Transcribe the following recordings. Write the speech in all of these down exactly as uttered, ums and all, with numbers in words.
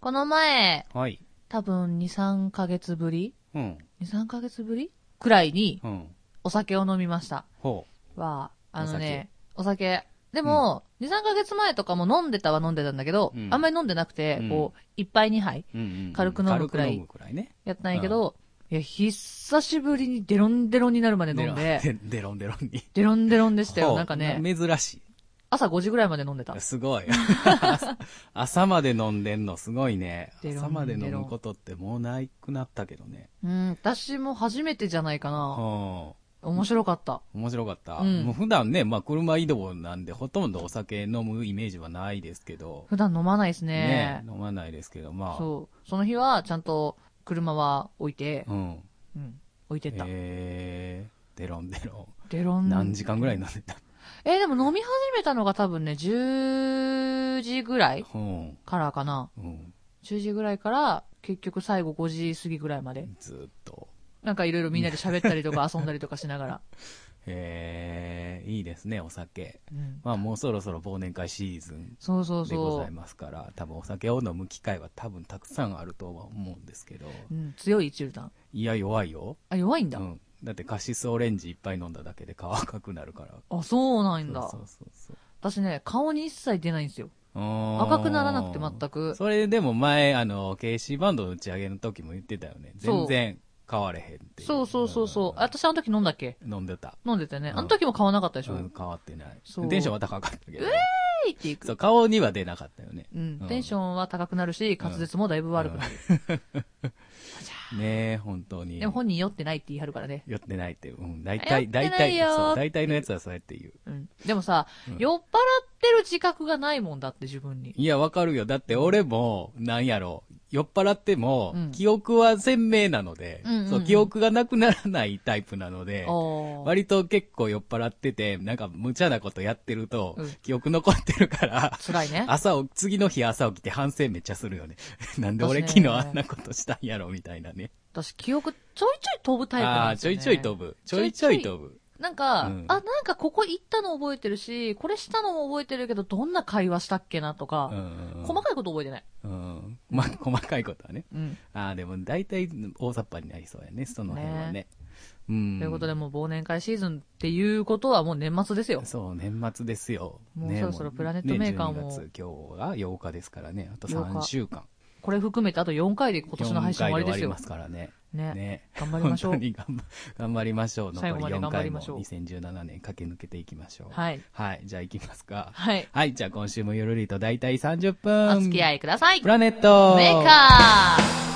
この前、 はい。 多分に、さんかげつぶりうん。 に、さんかげつぶりくらいにうん。 お酒を飲みました。 ほは、あのね、お酒。お酒でも、うん、に、さんかげつまえとかも飲んでたは飲んでたんだけど、うん、あんまり飲んでなくて、うん、こう、いっぱいにはい、うんうんうん、軽く飲むくらい、やったんやけど、いや、久しぶりにデロンデロンになるまで飲んで、 デ, デロンデロンに。 デロンデロンでしたよ、なんかね。 珍しい。 朝ごじぐらいまで飲んでた。 すごい。朝まで飲んでんのすごいね。朝まで飲むことってもうないくなったけどね。 うん、私も初めてじゃないかな。はあ、面白かった。 面白かった。うん、もう普段ね、まあ車移動なんでほとんどお酒飲むイメージはないですけど。 普段飲まないですね。 ね、飲まないですけど、まあ。 そう。その日はちゃんと車は置いて、うん。うん。置いてった。 へー、デロンデロン。 デロン。 何時間ぐらい飲んでた？ えー、でも飲み始めたのが多分ね、じゅうじぐらいからかな。うん。じゅうじぐらいから、結局最後ごじ過ぎぐらいまで。 ずっと。 なんかいろいろみんなで喋ったりとか遊んだりとかしながら。 へー、いいですね、お酒。うん、まあもうそろそろ忘年会シーズンでございますから、そうそうそう、多分お酒を飲む機会は多分たくさんあるとは思うんですけど。 うん、強いチルタン。 いや、弱いよ。 あ、弱いんだ。 うん。だってカシスオレンジいっぱい飲んだだけで顔赤くなるから。 あ、そうなんだ。 そうそうそうそう。 私ね、顔に一切出ないんですよ。赤くならなくて全く。 それでも前、あの、ケーシー バンドの打ち上げの時も言ってたよね。全然変われへんっていう。 そうそうそうそう。私あの時飲んだっけ？ 飲んでた。 飲んでてね。あの時も変わらなかったでしょ？ うん、変わってない。テンションは高かったけど。 えーいっていく。 そう、顔には出なかったよね。 うん。テンションは高くなるし、滑舌もだいぶ悪くなる。 ねえ、本当に。 でも本人酔ってないって言い張るからね。 酔ってないって、うん、大体、大体、そう、大体のやつはそうやって言う。 うん。でもさ、うん、酔っ払ってる自覚がないもんだって自分に。 いや、わかるよ。だって俺も、なんやろ、酔っ払っても、うん、記憶は鮮明なので、うんうんうん、そう、記憶がなくならないタイプなので、割と結構酔っ払ってて、なんか無茶なことやってると、うん、記憶残ってるから、 辛いね。 朝を、次の日朝起きて反省めっちゃするよね。なんで俺昨日あんなことしたんやろ、みたいなね。 私、記憶ちょいちょい飛ぶタイプなんですよね。 ああ、ちょいちょい飛ぶ。ちょいちょい飛ぶ。 なんか、うん、あ、なんかここ行ったの覚えてるし、これしたのも覚えてるけど、どんな会話したっけなとか、うんうん、細かいこと覚えてない。 うん。ま、細かいことはね。うん。ああ、でも大体大雑把になりそうやね、その辺はね。ね、 うん。ということで、もう忘年会シーズンっていうことはもう年末ですよ。 そう、年末ですよ。 もうそろそろプラネットメーカーも。 ね、じゅうにがつ、今日がようかですからね。あとさんしゅうかん。 これ含めてあとよんかいで今年の配信終わりですよ。 よんかいで終わりますからね。 ね。 ね。 頑張りましょう。 本当に頑張頑張りましょう。 最後まで頑張りましょう。 にせんじゅうななねん駆け抜けていきましょう。 はい。 はい。じゃあ行きますか。 はい。 はい。じゃあ今週もゆるりとだいたいさんじゅっぷん。 お付き合いください。 プラネットメーカー。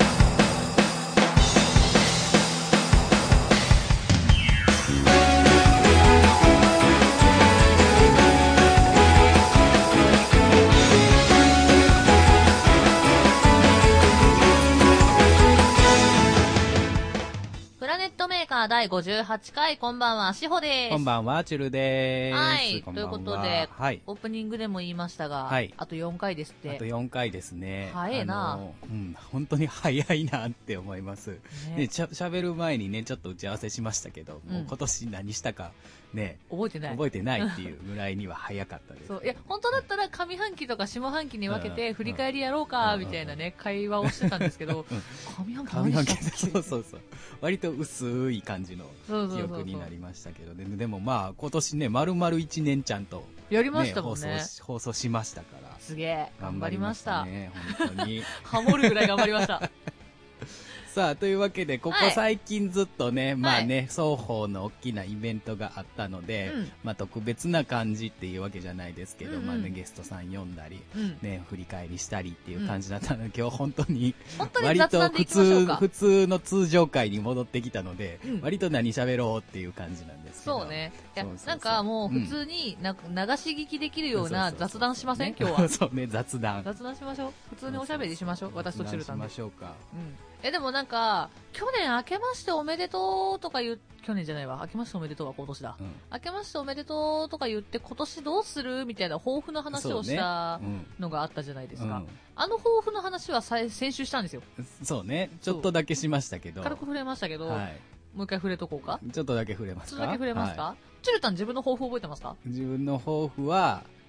だいごじゅうはちかい、こんばんは、しほです。 こんばんは、チュルでーす。 はい。ということで、はい、オープニングでも言いましたが、はい、あとよんかいですって。 あとよんかいですね。 早いな、 うん、本当に早いなって思います。ね、ね、しゃ、喋る前にね、ちょっと打ち合わせしましたけど、うん、もう今年何したか、ね、 覚えてない。 覚えてないっていうぐらいには早かったです。 そう。いや、本当だったら上半期とか下半期に分けて振り返りやろうか、みたいなね、会話をしてたんですけど、上半期何したっけ？ そうそうそう。割と薄い感じの記憶になりましたけど、ね、でもまあ今年ね、丸々いちねんちゃんと、ね、 やりましたもんね。 放送、放送しましたから。 すげえ。頑張りました。 ね、本当に。 ハモるぐらい頑張りました。 さあ、というわけで、ここ最近ずっとね、はい、まあね、双方の大きなイベントがあったので、うん、まあ特別な感じっていうわけじゃないですけど、うんうん、まあね、ゲストさん呼んだり、うん、ね、振り返りしたりっていう感じだったので、うん、今日本当に、割と普通、普通の通常会に戻ってきたので、うん、割と何喋ろうっていう感じなんですけど。 そうね。いや、そうそうそう、なんかもう普通にな、うん、流し聞きできるような雑談しません？今日は。 そうね、雑談。 雑談しましょう。普通におしゃべりしましょう。私とチルタンで。 しましょうか。 うん。え、でもなんか、去年明けましておめでとうとか言う、去年じゃないわ。明けましておめでとうは今年だ。うん、明けましておめでとうとか言って、今年どうするみたいな抱負の話をしたのがあったじゃないですか。うん、あの抱負の話は先週したんですよ。 そうね。ちょっとだけしましたけど。 軽く触れましたけど、はい、もう一回触れとこうか。 ちょっとだけ触れますか。 ちょっとだけ触れますか。はい、チルタン自分の抱負覚えてますか？ 自分の抱負は、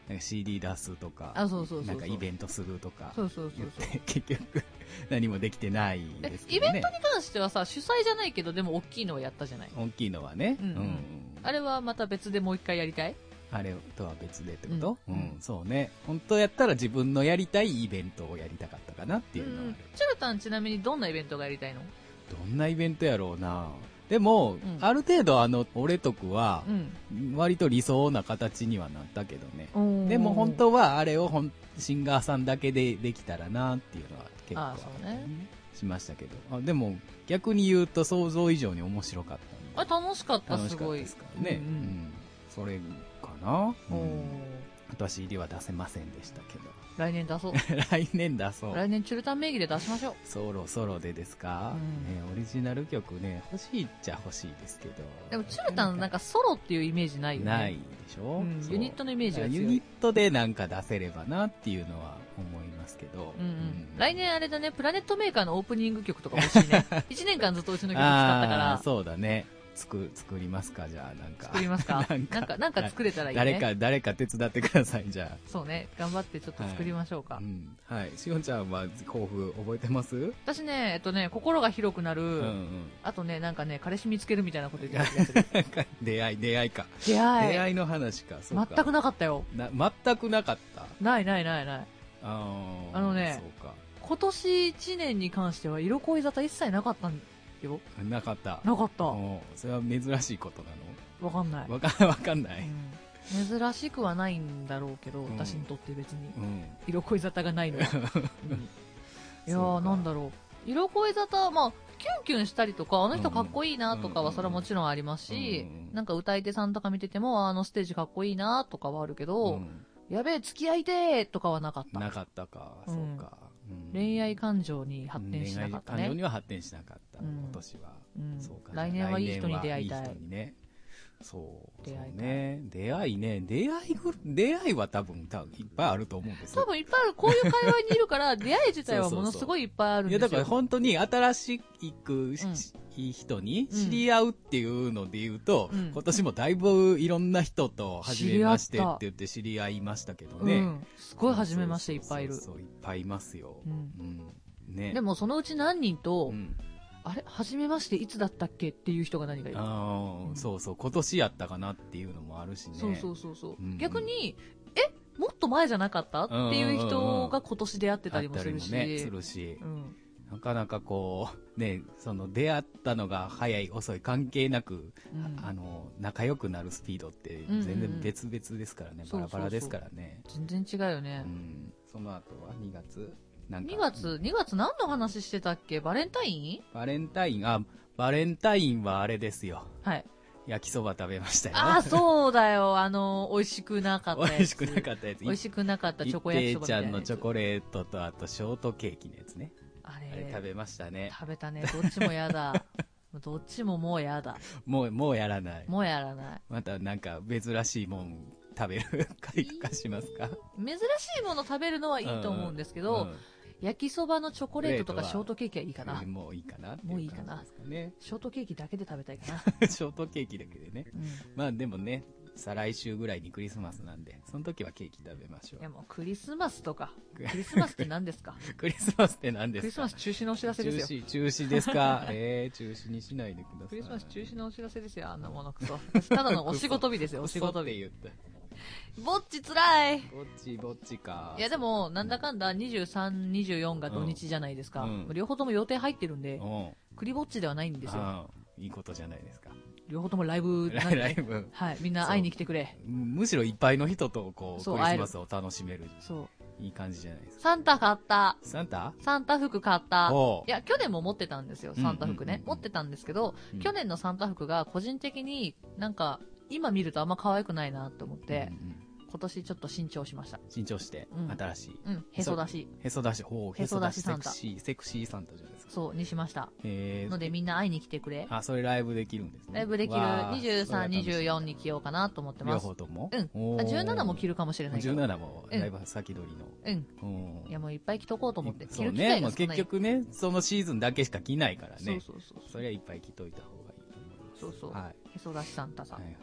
なんか シーディー 出すとか、 あ、そうそうそうそう、 なんかイベントするとか、 そうそうそうそう、 結局何もできてないですけどね。 イベントに関してはさ、主催じゃないけど、でも大きいのはやったじゃない。 大きいのはね。 うんうん。うん、あれはまた別でもう一回やりたい？ あれとは別でってこと？ うん、 うん、そうね。本当やったら自分のやりたいイベントをやりたかったかなっていうのはある。うん、 チュルタンちなみにどんなイベントがやりたいの？ どんなイベントやろうな。でも、うん、ある程度あの、俺とくは、割と理想な形にはなったけどね。うん、でも本当はあれをほんシンガーさんだけでできたらなっていうのは結構、 あ、そうね、 しましたけど。あ、でも逆に言うと想像以上に面白かった。 あ、楽しかった、すごい。 楽しかったですからね。うん、うん、それかな。うん、あとは シーディー は出せませんでしたけど。 来年出そう。 来年出そう。 来年チュルタン名義で出しましょう。 ソロソロでですか、うん、ね、オリジナル曲ね、欲しいっちゃ欲しいですけど。 でもチュルタンなんかソロっていうイメージないよね。 ないでしょ、うん、 ユニットのイメージが強い。 ユニットでなんか出せればなっていうのは思いますけど。 うんうんうん、来年あれだね、プラネットメーカーのオープニング曲とか欲しいね。いちねんかんずっとうちの曲使ったから。 そうだね。作、作りますか、じゃあ、なんか。 作りますかなんか、なんか、なんか作れたらいいね。 誰か、誰か手伝ってください、じゃあ。 そうね、頑張ってちょっと作りましょうか。はい。 うん、はい。しおんちゃんは抱負覚えてます？ 私ね、えっとね、心が広くなる、うんうん、あとね、なんかね、彼氏見つけるみたいなこと言ってた気がする。 出会い、出会いか。 出会い。 出会いの話か、そうか。 全くなかったよ。 な、全くなかった。 ないないないない。 ああのね、そうか。今年いちねんに関しては色恋沙汰一切なかったんよ。 なかった。 なかった。 それは珍しいことなの？ わかんない。 わか、わかんない、 うん。珍しくはないんだろうけど、うん、私にとって別に。うん、色恋沙汰がないのは。うん、いやー、なんだろう。色恋沙汰、まあ、キュンキュンしたりとか、あの人かっこいいなとかはそれはもちろんありますし、うん、なんか歌い手さんとか見てても、あのステージかっこいいなとかはあるけど、うん、やべえ、付き合いてーとかはなかった。 なかったか、そうか。 うん、恋愛感情に発展しなかったね。 恋愛感情には発展しなかった、うん、今年は、 うん、そうか。来年はいい人に出会いたい。いい人にね。そう。 出会いね。出会いね。出会いぐ、出会いは多分、多分いっぱいあると思うんですよ。 多分いっぱいある。こういう会話にいるから、出会い自体はものすごいいっぱいあるんですよ。 いや、だから本当に新しく、うん、人に知り合うっていうので言うと、うん、今年もだいぶいろんな人と初めましてって言って知り合いましたけどね。うん、 すごい初めましていっぱいいる。 そうそうそう、いっぱいいますよ。うんうん、ね。でもそのうち何人と、うんあれ初めましていつだったっけっていう人が何かいる。 ああ、うん、そうそう、今年やったかなっていうのもあるしね。 そうそうそうそう、うんうん。逆に、えもっと前じゃなかったっていう人が今年出会ってたりもするし。 あったりもね、するし。うん、なかなかこう、ね、その出会ったのが早い遅い関係なく、うん、あの、仲良くなるスピードって全然別々ですからね、うんうん、バラバラですからね。 そうそうそう、全然違うよね。 うん。その後はにがつなんかにがつ、にがつ何の話してたっけ？バレンタイン？ バレンタイン、あ、バレンタインはあれですよ。 はい。 焼きそば食べましたよ。 あ、そうだよ。あの、美味しくなかったやつ。 美味しくなかったやつ。 美味しくなかったチョコ焼きそばみたいなやつ。 ちゃんのチョコレートと、あとショートケーキのやつね。 あれ、 あれ食べましたね。 食べたね。どっちもやだ。どっちももうやだ。 もう、もうやらない。 もうやらない。 またなんか珍しいもん食べる会とかしますか？ 珍しいもの食べるのはいいと思うんですけど、うんうん、焼きそばのチョコレートとかショートケーキはいいかな。 もういいかな。 もういいかな。ね、ショートケーキだけで食べたいかな。 ショートケーキだけでね。うん、まあでもね、再来週ぐらいにクリスマスなんで、その時はケーキ食べましょう。 いやもうクリスマスとか。クリスマスって何ですか？ クリスマスって何ですか？ クリスマス中止のお知らせですよ。 中止、中止ですか？えー、中止にしないでください。 クリスマス中止のお知らせですよ、あんなものくそ。私ただのお仕事日ですよ、お仕事日。 言った。 ぼっちつらい。 ぼっち、ぼっちか。 いやでも、なんだかんだにじゅうさん、にじゅうよんが土日じゃないですか。うん、両方とも予定入ってるんで、うん、クリぼっちではないんですよ。 いいことじゃないですか。 両方ともライブなんで、ね、ライブ。はい。みんな会いに来てくれ。 むしろいっぱいの人とこう、クリスマスを楽しめる。 そう。 いい感じじゃないですか。 サンタ買った。 サンタ？ サンタ服買った。いや、去年も持ってたんですよ、サンタ服ね。うんうんうんうん、持ってたんですけど、うん、去年のサンタ服が個人的になんか、今見るとあんま可愛くないなと思って、うんうん、今年ちょっと新調しました。 新調して、うん、新しい。 うん、へそ出し。 へそ出し、ほう、 へそ出しサンタ。 セクシー、セクシーサンタじゃないですか。 そう、にしました。へー。のでみんな会いに来てくれ。 あ、それライブできるんですね。 ライブできる。にじゅうさん、にじゅうよんに着ようかなと思ってます。 両方とも？ うん。じゅうななも着るかもしれないけど。 じゅうななもライブ先取りの。 うん。いやもういっぱい着とこうと思って。 着る機会が少ない。そうね。結局ね、そのシーズンだけしか着ないからね。 そうそうそう。 それはいっぱい着といた方がいいと思います。 そうそう。はい。へそ出しサンタさん。はいはい。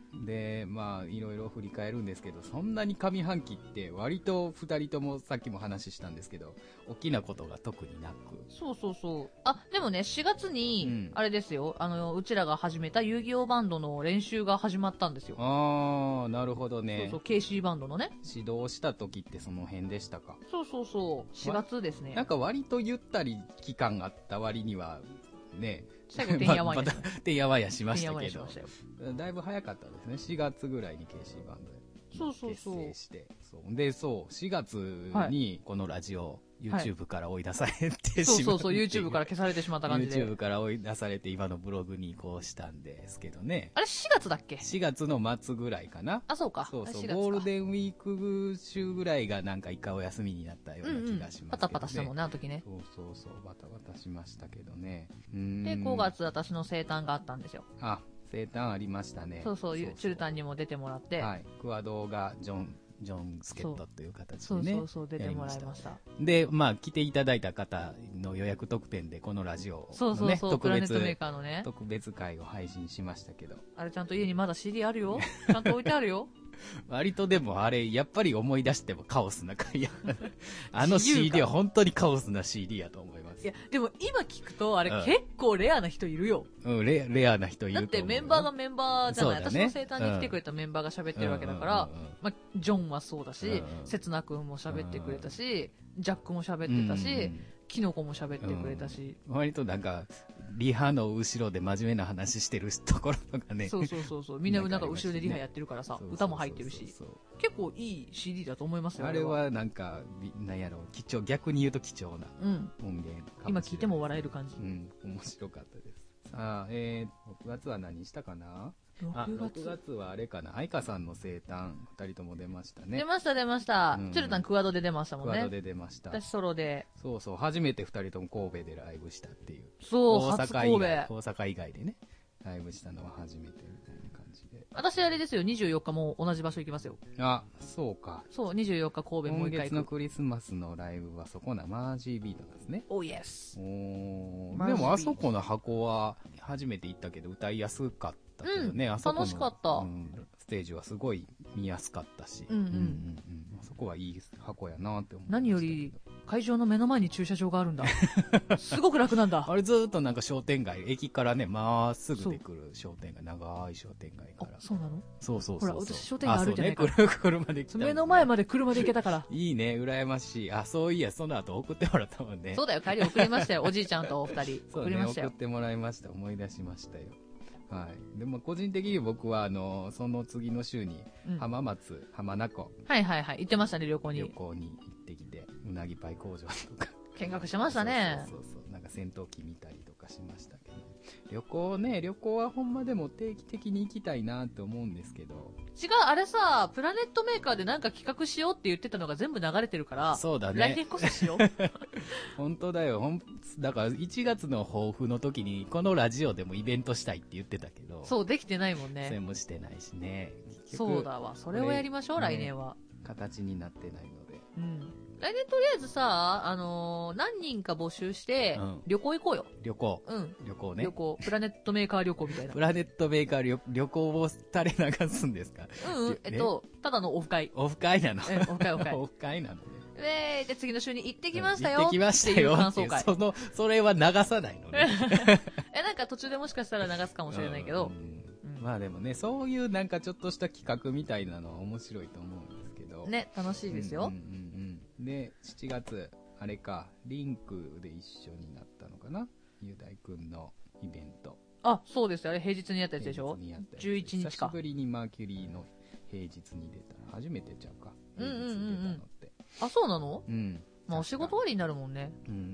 で、まあ、いろいろ振り返るんですけど、そんなに上半期って割と二人ともさっきも話したんですけど、大きなことが特になく。 そうそうそう。あ、でもね、しがつに、あれですよ、うん、あの、うちらが始めた遊戯王バンドの練習が始まったんですよ。 あー、なるほどね。 そうそう、ケーシー バンドのね。 指導した時ってその辺でしたか。 そうそうそう、しがつですね。 なんか割とゆったり期間があった割には、ね、 最後てんやわんやまたてんやわんやしましたけど、 だいぶ早かったですね。しがつぐらいに ケーシー バンドそうそうそう結成して、そうで、そうしがつにこのラジオ、はい、YouTube から追い出されてしまって、 そうそうそう YouTube から消されてしまった感じで YouTube から追い出されて今のブログに移行したんですけどね。 あれしがつだっけ？ しがつの末ぐらいかな。 あ、そうか。 そうそう、ゴールデンウィーク週ぐらいがなんか一回お休みになったような気がしますけど、ね、うんうん、 パタパタしたもんね、あの時ね。 そうそうそう、バタバタしましたけどね。 うーん、でごがつ私の生誕があったんですよ。 あ、生誕ありましたね。 そうそう、そうそう、チュルタンにも出てもらって、 はい、クワドがジョンジョン助っ人という形でね、 そうそうそう出てもらいました。 で、まあ来ていただいた方の予約特典でこのラジオのね、 そうそうそう、特別プラネットメーカーのね特別会を配信しましたけど、 あれちゃんと家にまだ シーディー あるよ。ちゃんと置いてあるよ。 割とでもあれやっぱり思い出してもカオスな回や。あの シーディー は本当にカオスな シーディー やと思います。 いやでも今聞くとあれ結構レアな人いるよ。 うん、うん、レ, レアな人いると思う。 だってメンバーがメンバーじゃない、ね、私の生誕に来てくれたメンバーが喋ってるわけだから、うんうんうんうん、まあ、ジョンはそうだし、うんうん、刹那君も喋ってくれたし、うん、ジャックも喋ってたし、うんうん、キノコも喋ってくれたし、 うん、割となんかリハの後ろで真面目な話してるところとかね。 そうそうそうそう、みんななんか後ろでリハやってるからさ、歌も入ってるし、結構いい シーディー だと思いますよ。 あれはなんかなんやろう、貴重、逆に言うと貴重な音源、 うん、今聞いても笑える感じ。 うん、面白かったです。さあ、えー、ろくがつは何したかな。あ、ろくがつはあれかな、愛花さんの生誕ふたりとも出ましたね。 出ました出ました、うん、チュルタンクワドで出ましたもんね。 クワドで出ました。 私ソロで。 そうそう、初めてふたりとも神戸でライブしたっていう。 そう、 大阪以外、 初神戸。 大阪以外でねライブしたのは初めてみたいな感じで。 私あれですよ、にじゅうよっかも同じ場所行きますよ。 あ、そうか。 そう、にじゅうよっか神戸もう一回行く。 今月のクリスマスのライブはそこな、マージービートなんですね。 おー、イエス。 おー、でもあそこの箱は初めて行ったけど歌いやすかったけどね、 うん、 あそこの楽しかった、 うん、ステージはすごい見やすかったし、 うんうんうんうん、 あそこはいい箱やなって思いました。 何より会場の目の前に駐車場があるんだ。すごく楽なんだ。 あれずっとなんか商店街、駅からねまっすぐで来る商店街、長い商店街から。 あ、そうなの？ そうそうそうそう。 ほら、私商店街あるじゃないか。 そうね、車で来た、ね。 目の前まで車で行けたから。 いいね、羨ましい。あ、そういや、その後送ってもらったもんね。 そうだよ、帰り送りましたよ。おじいちゃんとお二人。 送りましたよ。送ってもらいました。思い出しましたよ。はい、でも個人的に僕はあのその次の週に浜松、うん、浜名湖、 はいはいはい、行ってましたね、旅行に。 旅行に行ってきて、うなぎパイ工場とか見学しましたね。 そうそうそうそう、なんか戦闘機見たりとかしましたけど、旅行ね、旅行はほんまでも定期的に行きたいなって思うんですけど。 違う、あれさ、プラネットメーカーでなんか企画しようって言ってたのが全部流れてるから、 そうだね、 来年こそしよう。 本当だよ。ほんだからいちがつの抱負の時にこのラジオでもイベントしたいって言ってたけど、 そうできてないもんね。 それもしてないしね。 そうだわ、それをやりましょう、来年は。 形になってないので、 うん、来年とりあえずさ、あのー、何人か募集して、うん、旅行行こうよ。 旅行、 うん、 旅行ね。 旅行、プラネットメーカー旅行みたいな。 プラネットメーカー 旅, 旅行を垂れ流すんですか？ うんうん、えっと、ただのオフ会。 オフ会なの？ え、オフ会オフ会。 オフ会なのね。 で、で、次の週に行ってきましたよ。 行ってきましたよ。感想会。その、それは流さないのね。 え、なんか途中でもしかしたら流すかもしれないけど。 うんうん、まあでもね、そういうなんかちょっとした企画みたいなのは面白いと思うんですけど。 ね、楽しいですよ。 うんうんうんうん、で、しちがつ、あれか、リンクで一緒になったのかな、雄大くんのイベント。 あ、そうです。あれ平日にやったやつでしょ？じゅういちにちか。 久しぶりにマーキュリーの平日に出たら初めてちゃうか。平日に出たのって。 あ、そうなの？ うん。 まあお仕事終わりになるもんね。 うんうんうん、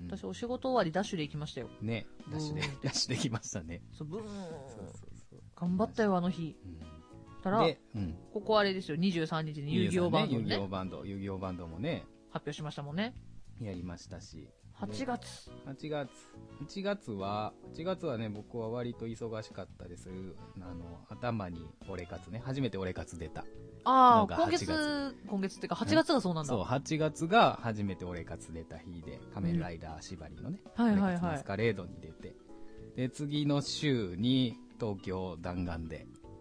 うん。 私お仕事終わりダッシュで行きましたよ。 ね、ダッシュで、ダッシュできましたね。 そう、ブーン。そうそうそう。頑張ったよ、あの日。うん、たら、うん、ここあれですよ、にじゅうさんにちに遊戯王バンド、ね、 遊戯王バンド、遊戯王バンドもね、 発表しましたもんね。 やりましたし。 はちがつ。 はちがつ。いちがつは、はちがつはね、僕は割と忙しかったです。あの、頭にオレ活ね。初めてオレ活出た。 ああ、今月、今月っていうかはちがつがそうなんだ。 そう、はちがつが初めてオレ活出た日で、仮面ライダー縛りのね、 うん、はいはいはい。 マスカレードに出て。で、次の週に東京弾丸で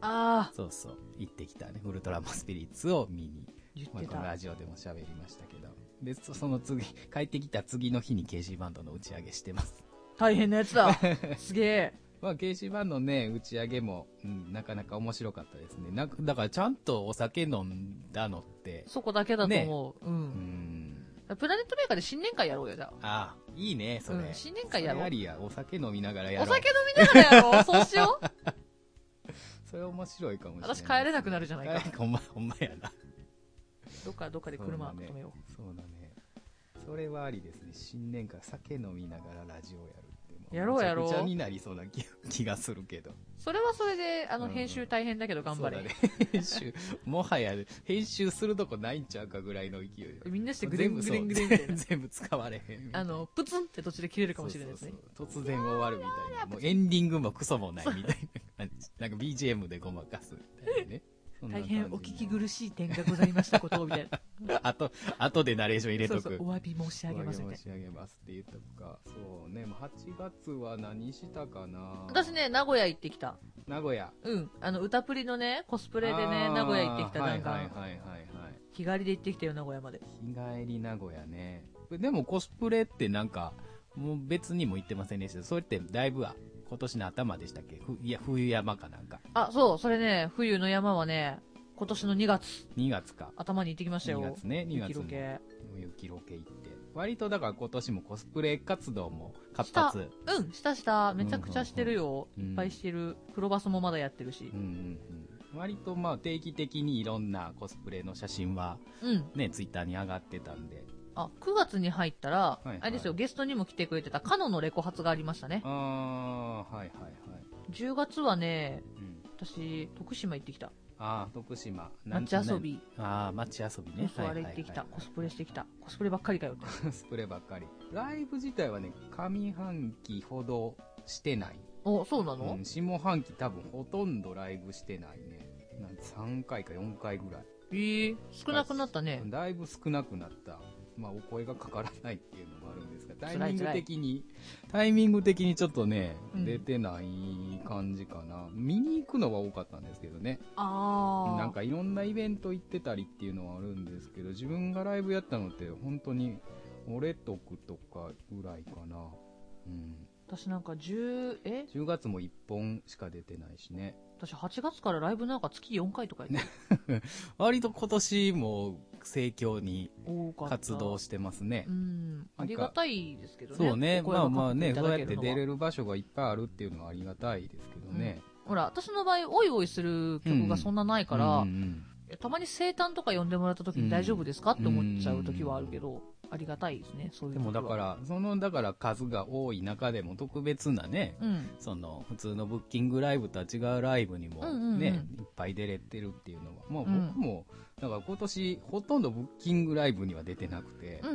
ああ。 そうそう。行ってきたね。ウルトラマンスピリッツを見に。 言ってた。 まあ、このラジオでも喋りましたけど。で、その次、帰ってきた次の日にケーシーバンドの打ち上げしてます。 大変なやつだ。すげえ。 まあ、ケーシーバンドのね、打ち上げも、うん、なかなか面白かったですね。なんか、だからちゃんとお酒飲んだのって。 そこだけだと思う。ね、うん。うん。プラネットメーカーで新年会やろうよ、じゃあ。 ああ、いいね、それ。うん、 新年会やろう。 それありや。お酒飲みながらやろう。 お酒飲みながらやろう。そうしよう。 それ面白いかもしれない。 私帰れなくなるじゃないか。 ほんま、ほんまやな。 どっかどっかで車止めよう。そうだね。それはありですね。新年会酒飲みながらラジオやるってもやろうやろう。 めちゃくちゃになりそうな 気, 気がするけど。 それはそれで、あの、編集大変だけど頑張れ。 そうだね。編集、もはや、編集するとこないんちゃうかぐらいの勢いで。 みんなしてグレングレングレンみたいな。 全部使われへん。 あの、プツンって途中で切れるかもしれないですね。 そうそうそう突然終わるみたいな。もうエンディングもクソもないみたいな感じ。なんか ビージーエム でごまかすみたいなね。 大変お聞き苦しい点がございましたことをみたいな。 あと、あとでナレーション入れとく。 そうそう、お詫び申し上げますみたいな。 お詫び申し上げますって言っとくか。そうね、はちがつは何したかな。 私ね、名古屋行ってきた。 名古屋。 うん。あの、歌プリのね、コスプレでね、名古屋行ってきた。なんか、 はいはいはいはい、はい。 日帰りで行ってきたよ、名古屋まで。 日帰り名古屋ね。でもコスプレってなんか、もう別にも行ってませんでした。それってだいぶは、今年の頭でしたっけ？ふいや、冬山かなんか。 あ、そう、それね、冬の山はね、今年のにがつ。 にがつか。 頭に行ってきましたよ。 にがつね、にがつ雪ロケ。 雪ロケ行って。割とだから今年もコスプレ活動も活発。 うん、したした。めちゃくちゃしてるよ。うんうんうん、いっぱいしてる。プロバスもまだやってるし。うんうんうん、割とまあ定期的にいろんなコスプレの写真は、ね、うん、ツイッターに上がってたんで。 あ、くがつに入ったら、はいはい、あれですよ、ゲストにも来てくれてたカノのレコ発がありましたね。 ああ、はいはいはい。 じゅうがつはね、うん、私、徳島行ってきた。 ああ、徳島。 街遊び。 ああ、街遊びね。 そう、あれ行ってきた。コスプレしてきた。コスプレばっかりかよって。 コスプレばっかり。ライブ自体はね、上半期ほどしてない。 お、そうなの？ うん、下半期多分ほとんどライブしてないね。なんさんかいかよんかいぐらい。 えー、少なくなったね。 だいぶ少なくなった。まあ、お声がかからないっていうのもあるんですが、タイミング的に、タイミング的にちょっとね、うん、出てない感じかな。見に行くのは多かったんですけどね。 ああ。 なんかいろんなイベント行ってたりっていうのはあるんですけど、自分がライブやったのって本当に、俺とくとかぐらいかな。うん。 私なんかじゅう、え ? じゅうがつもいっぽんしか出てないしね。 私はちがつからライブなんか月よんかいとかやってる。割と今年も盛況に活動してますね。 うん。ありがたいですけどね。 そうね。まあまあね、そうやって出れる場所がいっぱいあるっていうのはありがたいですけどね。 うん、ほら、私の場合、おいおいする曲がそんなないから、うんうんうんたまに生誕とか呼んでもらった時に大丈夫ですか、うん、って思っちゃう時はあるけど、ありがたいですね、そういうのは。 でもだから、その、だから数が多い中でも特別なね、うん、その、普通のブッキングライブとは違うライブにもね、うんうんうん、いっぱい出れてるっていうのは、まあ僕も、だから今年、ほとんどブッキングライブには出てなくて、うんうんうん、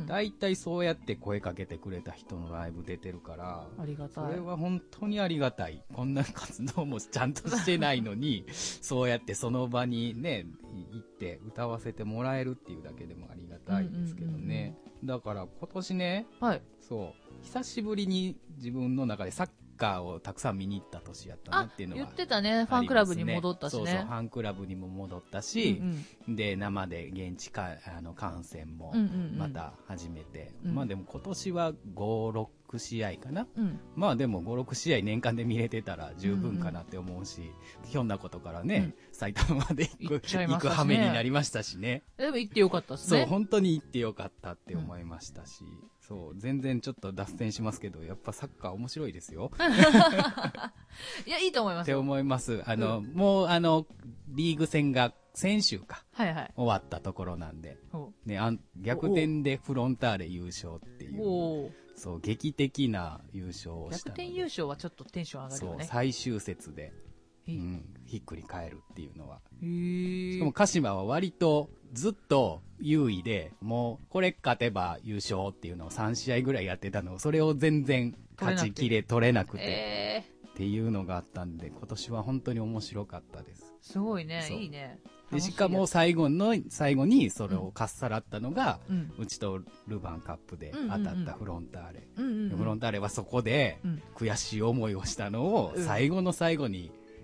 だいたいそうやって声かけてくれた人のライブ出てるから、 ありがたい。 それは本当にありがたい。こんな活動もちゃんとしてないのに、そうやってその場にね、行って歌わせてもらえるっていうだけでもありがたいですけどね。うんうんうんうん、だから今年ね、はい、そう、久しぶりに自分の中でサッカーをたくさん見に行った年やったなっていうのは、 言ってたね。ファンクラブに戻ったしね。 そうそう、ファンクラブにも戻ったし、うんうん、で、生で現地か、あの、観戦もまた始めて、うんうんうん、まあでも今年はご、ろくしあいかな、うん、まあでもご、ろくしあい年間で見れてたら十分かなって思うし、うんうん、ひょんなことからね、うん、埼玉まで行く、行, 行く羽目になりましたしね。 でも行ってよかったっすね。 そう、本当に行ってよかったって思いましたし、うんそう、全然ちょっと脱線しますけど、やっぱサッカー面白いですよ。 いや、いいと思いますよ。 って思います。あの、うん、もう、あの、リーグ戦が先週か、はいはい、終わったところなんで、ね、あ逆転でフロンターレ優勝っていう、そう、劇的な優勝をしたので。 逆転優勝はちょっとテンション上がるよね。 そう、最終節で、うん、ひっくり返るっていうのは。しかも鹿島は割とずっと優位で、もうこれ勝てば優勝っていうのをさんしあいぐらいやってたのを、それを全然勝ちきれ取れなくて、えー、っていうのがあったんで、今年は本当に面白かったです。 すごいね、いいね。 でしかも最後の、最後にそれをかっさらったのが、うん、うちとルヴァンカップで当たったフロンターレ。うんうんうん、フロンターレはそこで悔しい思いをしたのを最後の最後に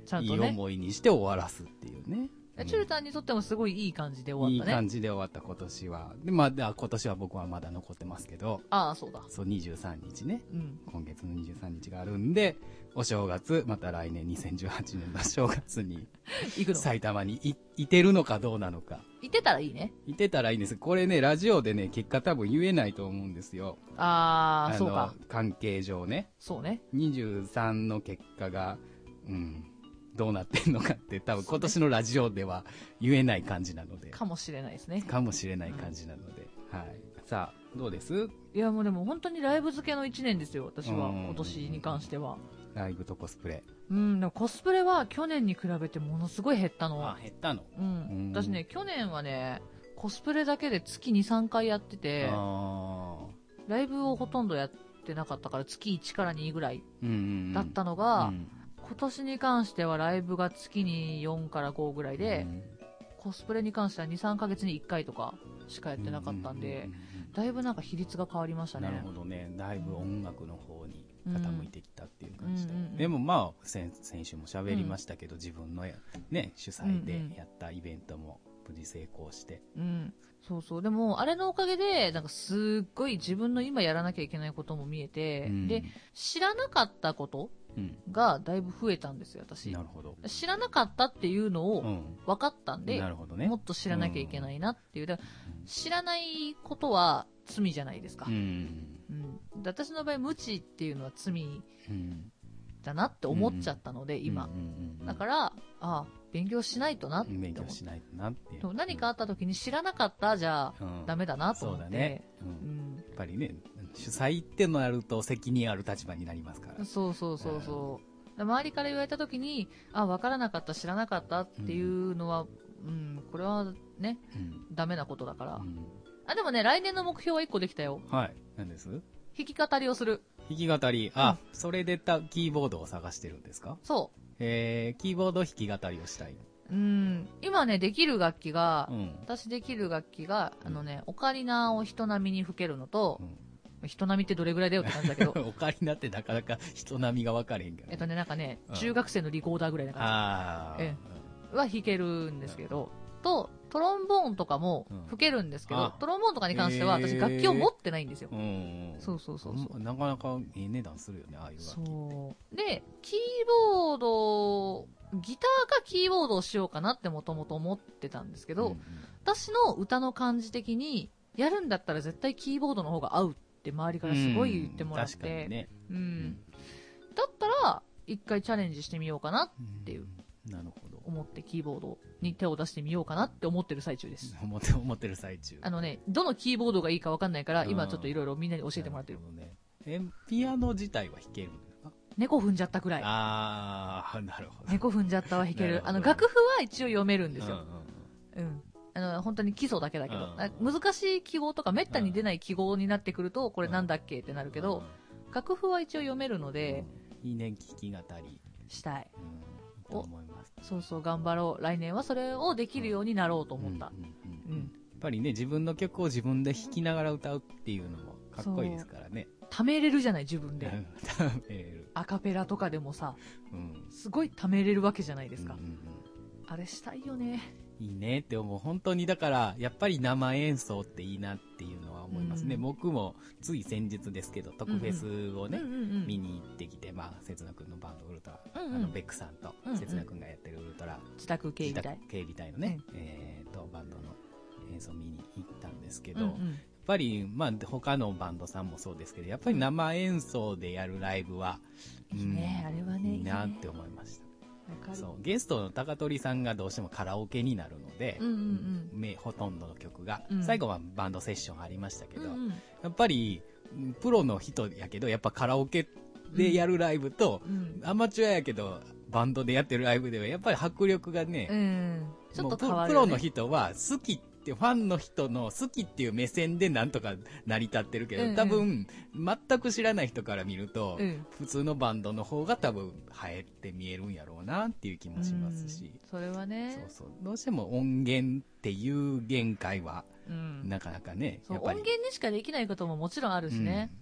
ちゃんとね。 いい思いにして終わらすっていうね。 チュルタンにとってもすごいいい感じで終わったね。 いい感じで終わった今年は。で、まあ、今年は僕はまだ残ってますけど。 ああ、そうだ。 そう、にじゅうさんにちね。 うん。 今月のにじゅうさんにちがあるんで、お正月、また来年にせんじゅうはちねんの正月に、 行くの埼玉にい、いてるのかどうなのか。 いてたらいいね。 いてたらいいんです。これね、ラジオでね、結果多分言えないと思うんですよ。 ああ、そうか。 関係上ね。 そうね。 にじゅうさんの結果が、うん。どうなってんのかって多分今年のラジオでは言えない感じなので。 かもしれないですね。 かもしれない感じなので。うん、はい。さあ、どうです？ いやもうでも本当にライブ漬けのいちねんですよ、私は。今年に関しては。 ライブとコスプレ。 うん、でもコスプレは去年に比べてものすごい減ったの。 あ、減ったの？ うん。私ね、去年はね、コスプレだけで月に、さんかいやってて、ライブをほとんどやってなかったから月いちからにぐらいだったのが、うんうんうん、今年に関してはライブが月によんからごぐらいで、うん、コスプレに関してはに、さんかげつにいっかいとかしかやってなかったんで、だいぶなんか比率が変わりましたね。 なるほどね。だいぶ音楽の方に傾いてきたっていう感じで。うんうんうん、でもまあ先、先週も喋りましたけど、うん、自分のね、主催でやったイベントも無事成功して。 うん。そうそう。でも、あれのおかげで、なんかすっごい自分の今やらなきゃいけないことも見えて、うん、で、知らなかったことがだいぶ増えたんですよ、私。 なるほど。 知らなかったっていうのを分かったんで、うん、 なるほどね、 もっと知らなきゃいけないなっていう。だから知らないことは罪じゃないですか。うんうん、で私の場合、無知っていうのは罪だなって思っちゃったので、うん、今、うんうんうん。だから、ああ、勉強しないとなって。 勉強しないとなっていう。 何かあった時に知らなかったじゃあ、うん、ダメだなと思って。 そうだね。うんうん、やっぱりね、主催ってなると責任ある立場になりますから。 そうそうそうそう。周りから言われた時に、あ、分からなかった、知らなかったっていうのは、うん、うん、これはね、うん、ダメなことだから。うん、あ、でもね、来年の目標はいっこできたよ。 はい。何です？ 弾き語りをする。 弾き語り。あ、うん、それでたキーボードを探してるんですか？ そう。 えー、キーボード弾き語りをしたい。 うん。今ね、できる楽器が、うん、私できる楽器が、あのね、オカリナを人並みに吹けるのと、うん、人並みってどれぐらいだよって感じだけど。 オカリナってなかなか人並みが分かれへんけど、ね。 えっとね、なんかね、うん、中学生のリコーダーぐらいな感じ。あええ、は弾けるんですけど、と、トロンボーンとかも吹けるんですけど、うん、トロンボーンとかに関しては私楽器を持ってないんですよ。うん、そうそうそうそう。 なかなかいい値段するよね、ああいう楽器。 そう。で、キーボード、ギターかキーボードをしようかなってもともと思ってたんですけど、うんうん、私の歌の感じ的に、やるんだったら絶対キーボードの方が合うって周りからすごい言ってもらって、うん、確かにね。うん。だったら、一回チャレンジしてみようかなっていう。うん、なるほど。思ってキーボードに手を出してみようかなって思ってる最中です。 思って、思ってる最中。 あのね、どのキーボードがいいか分かんないから、今ちょっといろいろみんなに教えてもらってる。なるほどね。え、ピアノ自体は弾けるんですか？ 猫踏んじゃったくらい。 あー、なるほど。 猫踏んじゃったは弾ける。あの、楽譜は一応読めるんですよ。うん、うん。うん。あの、本当に基礎だけだけど。難しい記号とかめったに出ない記号になってくると、これなんだっけってなるけど、楽譜は一応読めるので。 いいね、弾き語り。 したい。 うん。と思います。 そうそう、頑張ろう。来年はそれをできるようになろうと思った。 うん。やっぱりね、自分の曲を自分で弾きながら歌うっていうのもかっこいいですからね。 ためれるじゃない、自分で。ためれる。アカペラとかでもさ、うん、すごいためれるわけじゃないですか。うんうんうん、あれしたいよね。 いいねって思う。本当にだから、やっぱり生演奏っていいなっていうのは思いますね。うん、僕もつい先日ですけど、特フェスをね、うんうん、見に行ってきて、まあ、せつな君のバンドウルトラ、うんうん、あの、ベックさんと、せつな君がやってるウルトラ、 自宅警備隊。 自宅警備隊のね、うん、えーと、バンドの演奏見に行ったんですけど、うんうん、やっぱり、まあ、他のバンドさんもそうですけど、やっぱり生演奏でやるライブは、 うん、いいね、あれはね、 いいなって思いました。そうゲストの高取さんがどうしてもカラオケになるので、うんうんうん、ほとんどの曲が、うん、最後はバンドセッションありましたけど、うんうん、やっぱりプロの人やけどやっぱカラオケでやるライブと、うんうん、アマチュアやけどバンドでやってるライブではやっぱり迫力がね、うん、 ちょっと変わるよね。 プロの人は好きってファンの人の好きっていう目線でなんとか成り立ってるけど、うんうん、多分全く知らない人から見ると、うん、普通のバンドの方が多分映えて見えるんやろうなっていう気もしますし、 うん、それはね、 そうそう、どうしても音源っていう限界は、うん、なかなかね、 やっぱり音源にしかできないことももちろんあるしね、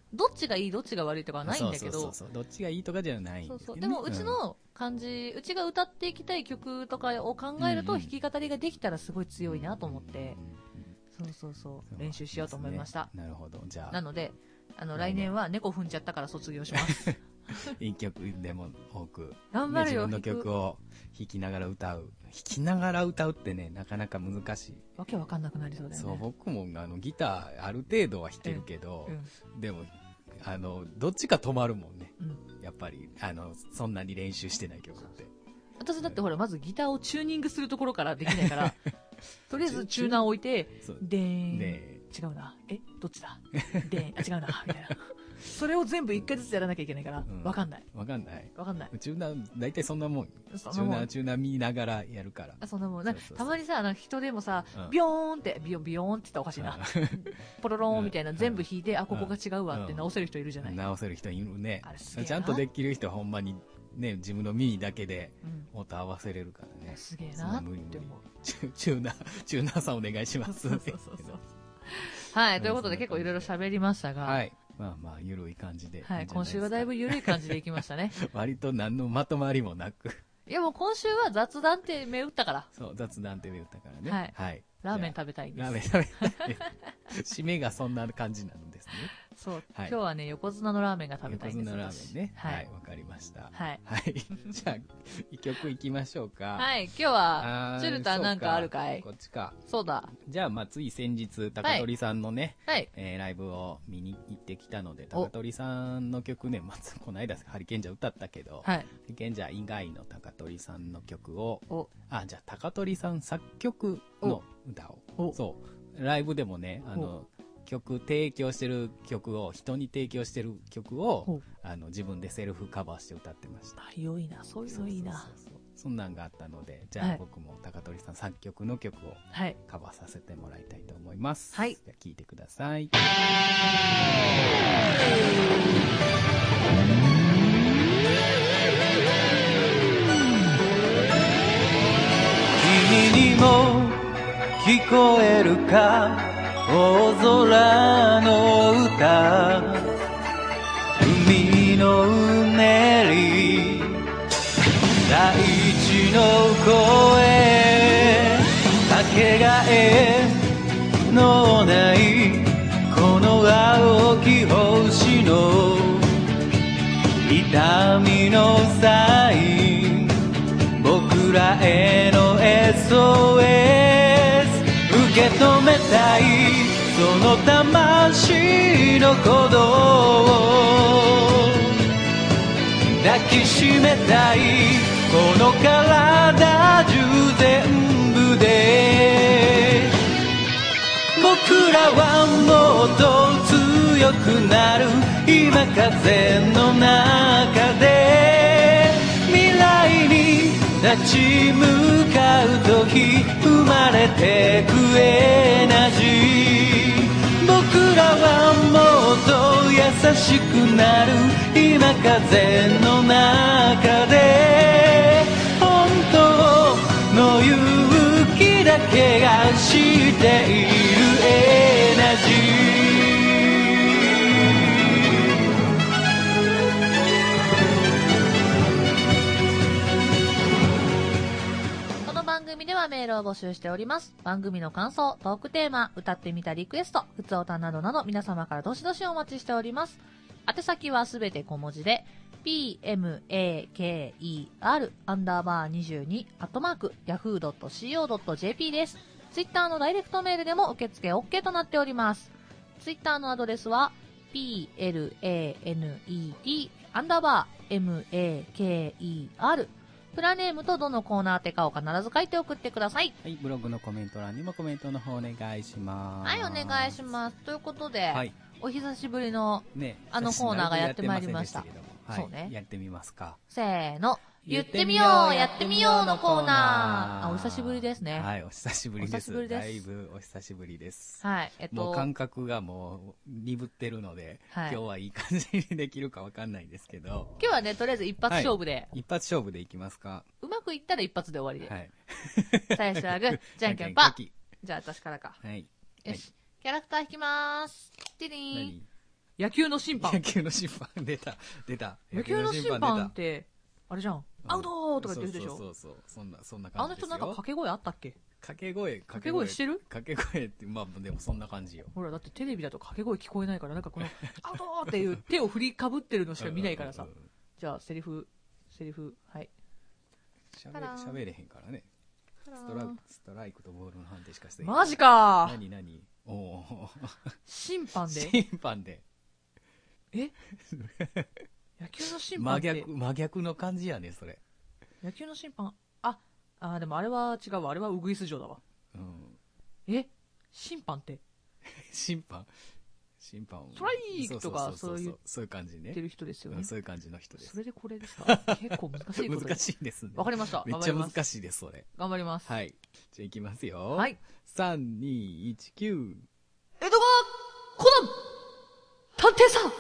どっちがいいどっちが悪いとかはないんだけど、 そうそうそうそう、どっちがいいとかじゃないんですけど、ね、 そうそう。でもうちの感じ、うん、うちが歌っていきたい曲とかを考えると、弾き語りができたらすごい強いなと思って、うんうん、そうそうそう練習しようと思いました。 ね、なるほど。じゃあなのであの来年は猫踏んじゃったから卒業します。 いい曲でも多く頑張るよ、 ね、自分の曲を弾きながら歌う弾きながら歌うってねなかなか難しい。 わけわかんなくなりそうだよね。 そう僕もあのギターある程度は弾けるけど、うんうん、でもあのどっちか止まるもんね、うん、やっぱりあのそんなに練習してない曲って。 私だってほらまずギターをチューニングするところからできないからとりあえずチューナー置いてでーん、ね、違うなえどっちだでーんあ違うなみたいなそれを全部一回ずつやらなきゃいけないから、うん、分かんない分かんない分かんない。 チューナー大体そんなもん。チューナーチューナー見ながらやるから。 あそんなもんな。たまにさあの人でもさ、うん、ビヨーンってビヨビヨーンって言ったらおかしいな、うん、ポロローンみたいな、うん、全部弾いて、うん、あここが違うわって直せる人いるじゃない、うん、 直せる人いるね。あれすげえな。ちゃんとできる人はほんまにね自分の耳だけで音合わせれるからね、 うん、すげえなって思う。 チューナーチューナーさんお願いします。そうそうそうそうはい、ということで結構いろいろ喋りましたが、 はい、まあまあゆるい感じでいいんじゃないですか。 はい、今週はだいぶゆるい感じでいきましたね。 割と何のまとまりもなく。 いやもう今週は雑談って目打ったから。 そう雑談って目打ったからね。 はい。はい、ラーメン食べたいんです。 ラーメン食べたい。締めがそんな感じなんですね。 そう、はい、今日はね横綱のラーメンが食べたいんです。 横綱ラーメンね。はい、わ、はい、かりました。 はい。 はい。じゃあ一曲いきましょうか。 はい。今日はチュルタなんかあるかい？ こっちか。 そうだ。 じゃあまあつい先日高取さんのね、はい、えー、ライブを見に行ってきたので、高取さんの曲ね、まずこの間ハリケンジャー歌ったけど、はい、ハリケンジャー以外の高取さんの曲を、あじゃあ高取さん作曲の歌を、そうライブでもねあの。曲提供してる曲を人に提供してる曲をあの自分でセルフカバーして歌ってました。 良いな、そういうのいいな。そうそうそうそう、 そんなんがあったので、じゃあ僕も高取さん作曲の曲をカバーさせてもらいたいと思います。はい、じゃあ聴いてください。 君にも聞こえるか大空の歌、海のうねり大地の声、かけがえのないこの青き星の痛みのサイン、僕らへの エスオーエス 受け止めたい、その魂の鼓動を抱きしめたい、この体中全部で僕らはもっと強くなる、今風の中で未来に立ち向かう時生まれてくエナジー、僕らはもっと優しくなる、今風の中で本当の勇気だけが知っているエナジー。 番組ではメールを募集しております。番組の感想、トークテーマ、歌ってみたリクエスト、ふつおたなどなど皆様からどしどしお待ちしております。宛先はすべて小文字で ピーエムエーケーイーアール アンダーバーにじゅうにアットマーク ヤフードットシーオードットジェーピー です。ツイッターのダイレクトメールでも受付 OK となっております。ツイッターのアドレスは ピーエルエーエヌイーティー アンダーバー エムエーケーイーアール、プラネームとどのコーナーてかを必ず書いて送ってください。 はい、ブログのコメント欄にもコメントの方お願いします。 はい、お願いします。ということで、はい、お久しぶりの、ね、あのコーナーがやってまいりました。 はい、そうね。やってみますか。 せーの。言ってみようやってみようのコーナー。あ、お久しぶりですね。 はい、お久しぶりです。お久しぶりです。だいぶお久しぶりです。 はい、えっと。 もう感覚がもう鈍ってるので、はい、今日はいい感じにできるかわかんないですけど。 今日はね、とりあえず一発勝負で。はい、 一発勝負でいきますか。 うまくいったら一発で終わりで。はい。最初はグー、じゃんけんパー。じゃあ私からか。はい。よし。キャラクター引きまーす。ティリーン。 野球の審判。 野球の審判、出た、出た。 野球の審判って、あれじゃん。アウトーとか言ってるでしょ。 そうそうそう。そんな、そんな感じですよ。 あの人なんか掛け声あったっけ？ 掛け声、 掛け声してる？ 掛け声って、まあでもそんな感じよ。 ほら、だってテレビだと掛け声聞こえないから、なんかこの、アウトーっていう手を振りかぶってるのしか見ないからさ。じゃあ、セリフ、セリフ、はい。 喋れ、喋れへんからね。ストライク、ストライクとボールの判定しかしてマジかー。 なになに？おお。 審判で？ 審判で。 え野球の審判って。 真逆、真逆の感じやね、それ。 野球の審判、あ、あ、でもあれは違うわ。あれはウグイス城だわ。うん。え審判って審判審判ストライクとかそういう、 そういう感じね。 言ってる人ですよね。 そういう感じの人です。 それでこれですか？結構難しいことです。 難しいですね。 わかりました。 めっちゃ難しいです、それ。 頑張ります。 はい。じゃあいきますよ。 はい。 さん、に、いち、きゅう。 江戸川コナン探偵さ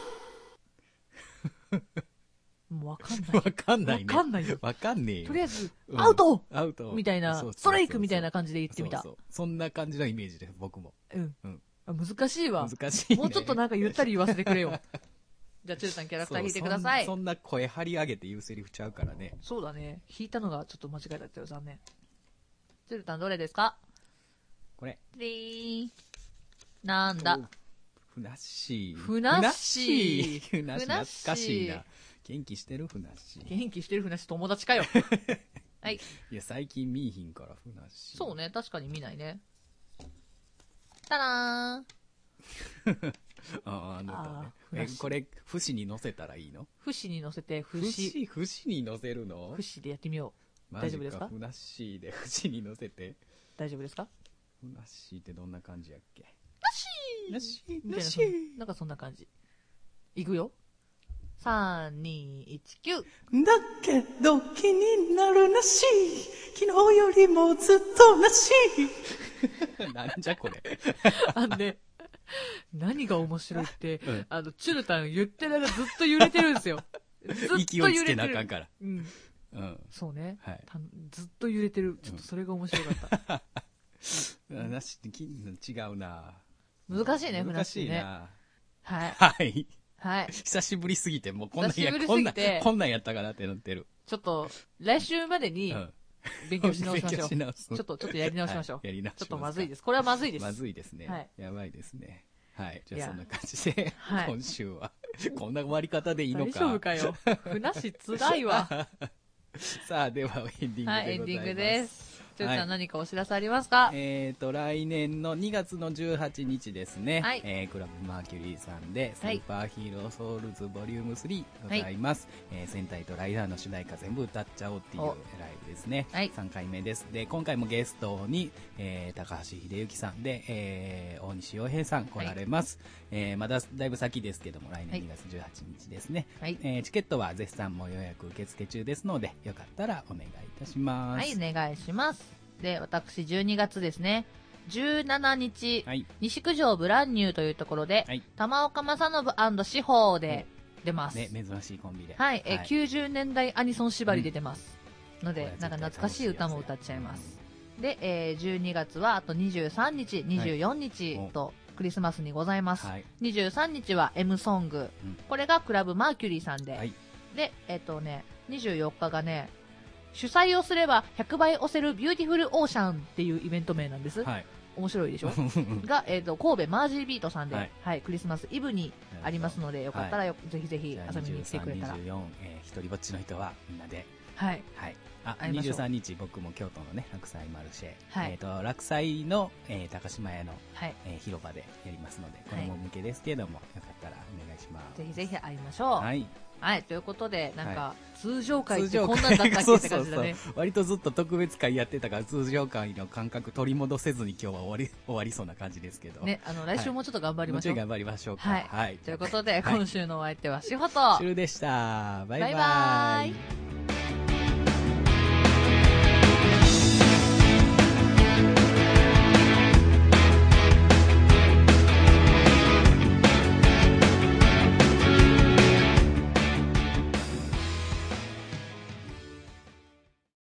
んもうわかんない。 わかんないね。 わかんないよ。 わかんねえよ。 とりあえず、アウト、 アウトみたいな、ストライクみたいな感じで言ってみた。 そうそう。そんな感じのイメージです、僕も。 うん。うん。難しいわ。 難しい、ね。 もうちょっとなんかゆったり言わせてくれよ。じゃあ、チュルさんキャラクター引いてください。 そん。そんな声張り上げて言うセリフちゃうからね。 そうだね。引いたのがちょっと間違いだったよ、残念。チュルさんどれですか？ これ。 リーン。なんだ。 ふなっしー。 ふなっしー。 ふなっしー。懐かしいな。元気してるふなっしー。 元気してるふなっしー友達かよ。はい。 いや、最近見いひんからふなっしー。 そうね、確かに見ないね。たらーん。 ああ、なんかね。え、これ、節に乗せたらいいの？ 節に乗せて、節。 節、節に乗せるの？ 節でやってみよう。大丈夫ですか？ ふなっしーで節に乗せて。 大丈夫ですか？ ふなっしーってどんな感じやっけ？ なしーなしーなしーなんかそんな感じ。いくよ。さん、に、いち、きゅう。 だけど気になるなし。昨日よりもずっとなし。 なんじゃこれ。 あのね、何が面白いって、うん、あの、チュルタン言ってる間ずっと揺れてるんですよ。ずっと揺れてる。 勢いつけなあかんから。 うん。うん。そうね。はい。ずっと揺れてる。ちょっとそれが面白かった。 うん、なしって違うな。 難しいね、 難しいな。 はい。 はい。 はい。 久しぶりすぎて、もうこんなんや、 こんなん、こんなんやったかなってなってる。 ちょっと、来週までに、勉強し直しましょう。 勉強し直す。 ちょっと、ちょっとやり直しましょう。 はい、やり直しましょう。 ちょっとまずいです。これはまずいです。 まずいですね。 はい。 やばいですね。はい。じゃあそんな感じで、はい、今週は、こんな終わり方でいいのか。 大丈夫かよ。ふなしつらいわ。 さあ、ではエンディングでございます。はい、エンディングです。 ちょうちゃん何かお知らせありますか？ えーと、来年のにがつのじゅうはちにちですね。はい。えー、クラブマーキュリーさんで、スーパーヒーローソウルズボリュームスリーございます。はい、えー、戦隊とライダーの主題歌全部歌っちゃおうっていうライブですね。はい。さんかいめです。で、今回もゲストに、えー、高橋秀幸さんで、えー、大西洋平さん来られます。はい、えー、まだだいぶ先ですけども、来年にがつじゅうはちにちですね。はい。えー、チケットは絶賛も予約受付中ですので、よかったらお願いいたします。 はい、お願いします。で、私じゅうにがつですね、じゅうしちにち、はい、西九条ブランニューというところで、はい、玉岡正信志保で出ます。 ね、珍しいコンビで。 はい、はい、えきゅうじゅうねんだいアニソン縛りで出ます。うん、ので、なんか懐かしい歌も歌っちゃいます。うん、で、えー、じゅうにがつはあとにじゅうさんにち、にじゅうよっかと、クリスマスにございます。はい、にじゅうさんにちは M ソング、うん。これがクラブマーキュリーさんで。はい、で、えっとね、にじゅうよっかがね、主催をすればひゃくばい押せるビューティフルオーシャンっていうイベント名なんです。はい、面白いでしょが、えーと、神戸マージービートさんで、はいはい、クリスマスイブにありますので、よかったらよ、はい、ぜひぜひ遊びに来てくれたら。 にじゅうさん、にじゅうよん、えー、一人ぼっちの人はみんなで。 はい。 はい。あ、にじゅうさんにち僕も京都のね、落斎マルシェ。はい、えっ、ー、と、落斎の、えー、高島屋の、はい、えー、広場でやりますので、子供向けですけれども、はい、よかったらお願いします。 ぜひぜひ会いましょう。 はい。 はい、ということで、なんか、はい、通常会ってこんなんだったっけって感じだね。そうそうそう。 割とずっと特別会やってたから、通常会の感覚取り戻せずに今日は終わり、終わりそうな感じですけど。 ね、あの、来週もちょっと頑張りましょう。 はい、もうちょい頑張りましょうか。はい。 はい、ということで、今週のお相手はしほと。 しゅるでした。バイバイ。バイバイ。